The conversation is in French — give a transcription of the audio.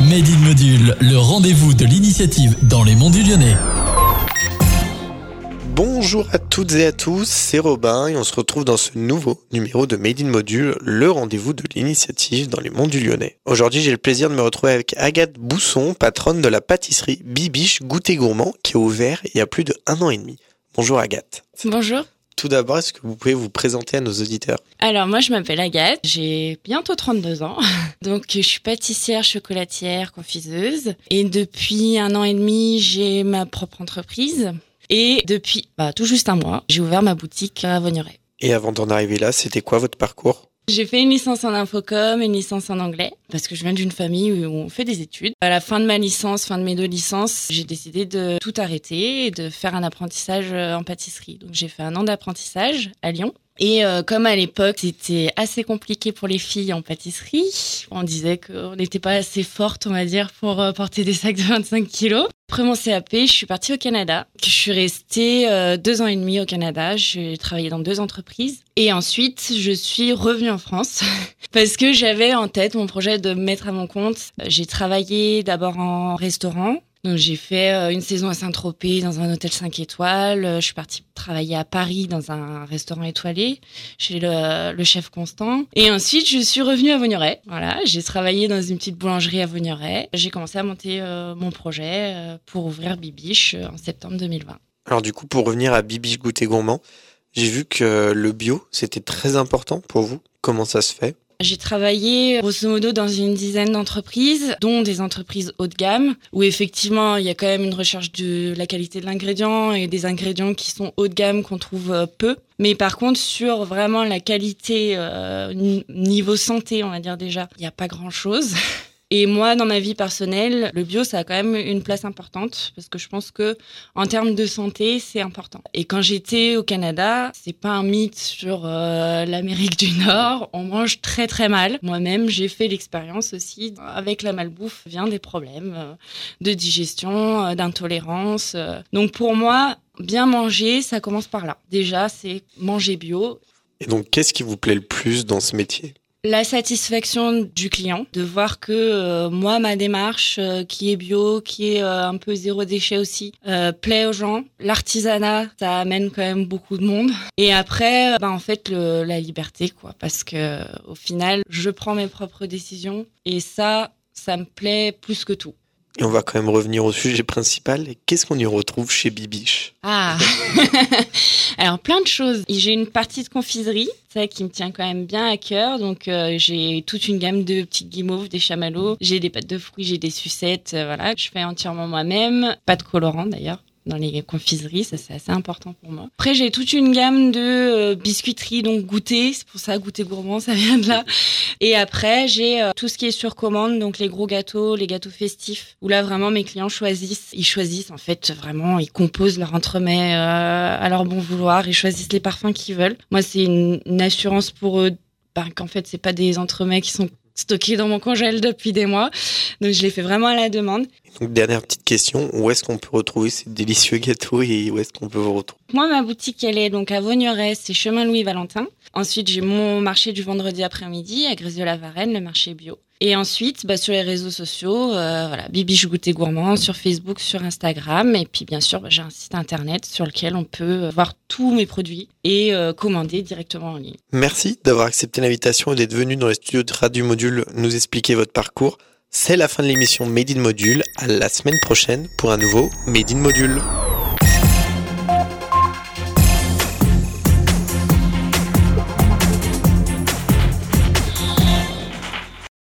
Made in Module, le rendez-vous de l'initiative dans les monts du Lyonnais. Bonjour à toutes et à tous, c'est Robin et on se retrouve dans ce nouveau numéro de Made in Module, le rendez-vous de l'initiative dans les monts du Lyonnais. Aujourd'hui, j'ai le plaisir de me retrouver avec Agathe Bousson, patronne de la pâtisserie Bibiche Goûter Gourmand qui a ouvert il y a plus de 1 an et demi. Bonjour Agathe. Bonjour. Tout d'abord, est-ce que vous pouvez vous présenter à nos auditeurs ? Alors moi je m'appelle Agathe, j'ai bientôt 32 ans, donc je suis pâtissière, chocolatière, confiseuse et depuis 1 an et demi j'ai ma propre entreprise et depuis tout juste 1 mois j'ai ouvert ma boutique à Vaugneray. Et avant d'en arriver là, c'était quoi votre parcours ? J'ai fait une licence en infocom et une licence en anglais parce que je viens d'une famille où on fait des études. À la fin de ma licence, fin de mes 2 licences, j'ai décidé de tout arrêter et de faire un apprentissage en pâtisserie. Donc j'ai fait 1 an d'apprentissage à Lyon. Et comme à l'époque, c'était assez compliqué pour les filles en pâtisserie, on disait qu'on n'était pas assez forte, on va dire, pour porter des sacs de 25 kilos. Après mon CAP, je suis partie au Canada. Je suis restée 2 ans et demi au Canada. J'ai travaillé dans 2 entreprises. Et ensuite, je suis revenue en France parce que j'avais en tête mon projet de me mettre à mon compte. J'ai travaillé d'abord en restaurant. Donc j'ai fait une saison à Saint-Tropez dans un hôtel 5 étoiles. Je suis partie travailler à Paris dans un restaurant étoilé chez le chef Constant. Et ensuite je suis revenue à Vaugneray. Voilà, j'ai travaillé dans une petite boulangerie à Vaugneray. J'ai commencé à monter mon projet pour ouvrir Bibiche en septembre 2020. Alors du coup, pour revenir à Bibiche Goûter Gourmand, j'ai vu que le bio, c'était très important pour vous. Comment ça se fait ? J'ai travaillé grosso modo dans une dizaine d'entreprises, dont des entreprises haut de gamme, où effectivement il y a quand même une recherche de la qualité de l'ingrédient et des ingrédients qui sont haut de gamme qu'on trouve peu. Mais par contre sur vraiment la qualité niveau santé, on va dire déjà, il n'y a pas grand-chose. Et moi, dans ma vie personnelle, le bio, ça a quand même une place importante parce que je pense que en termes de santé, c'est important. Et quand j'étais au Canada, c'est pas un mythe sur l'Amérique du Nord. On mange très très mal. Moi-même, j'ai fait l'expérience aussi. Avec la malbouffe, vient des problèmes de digestion, d'intolérance. Donc pour moi, bien manger, ça commence par là. Déjà, c'est manger bio. Et donc, qu'est-ce qui vous plaît le plus dans ce métier ? La satisfaction du client, de voir que moi, ma démarche qui est bio, qui est un peu zéro déchet aussi, plaît aux gens. L'artisanat, ça amène quand même beaucoup de monde. Et après, en fait, la liberté, quoi, parce que au final, je prends mes propres décisions et ça me plaît plus que tout. Et on va quand même revenir au sujet principal. Qu'est-ce qu'on y retrouve chez Bibiche ? Alors plein de choses. J'ai une partie de confiserie, ça qui me tient quand même bien à cœur. Donc j'ai toute une gamme de petites guimauves, des chamallows, j'ai des pâtes de fruits, j'ai des sucettes. Voilà, je fais entièrement moi-même. Pas de colorant d'ailleurs dans les confiseries, ça c'est assez important pour moi. Après j'ai toute une gamme de biscuiteries, donc goûter, c'est pour ça goûter gourmand, ça vient de là. Et après j'ai tout ce qui est sur commande, donc les gros gâteaux, les gâteaux festifs, où là vraiment mes clients choisissent. Ils choisissent en fait vraiment, ils composent leur entremets à leur bon vouloir, ils choisissent les parfums qu'ils veulent. Moi c'est une assurance pour eux, qu'en fait c'est pas des entremets qui sont stockés dans mon congèle depuis des mois, donc je les fais vraiment à la demande. Donc, dernière petite question, où est-ce qu'on peut retrouver ces délicieux gâteaux et où est-ce qu'on peut vous retrouver ? Moi, ma boutique, elle est donc à Vaugneray, c'est chemin Louis-Valentin. Ensuite, j'ai mon marché du vendredi après-midi à Grèce-de-la-Varenne, le marché bio. Et ensuite, sur les réseaux sociaux, Bibiche Goûter Gourmand, sur Facebook, sur Instagram. Et puis, bien sûr, j'ai un site internet sur lequel on peut voir tous mes produits et commander directement en ligne. Merci d'avoir accepté l'invitation et d'être venu dans les studios de Radio Module nous expliquer votre parcours. C'est la fin de l'émission Made in Module. À la semaine prochaine pour un nouveau Made in Module.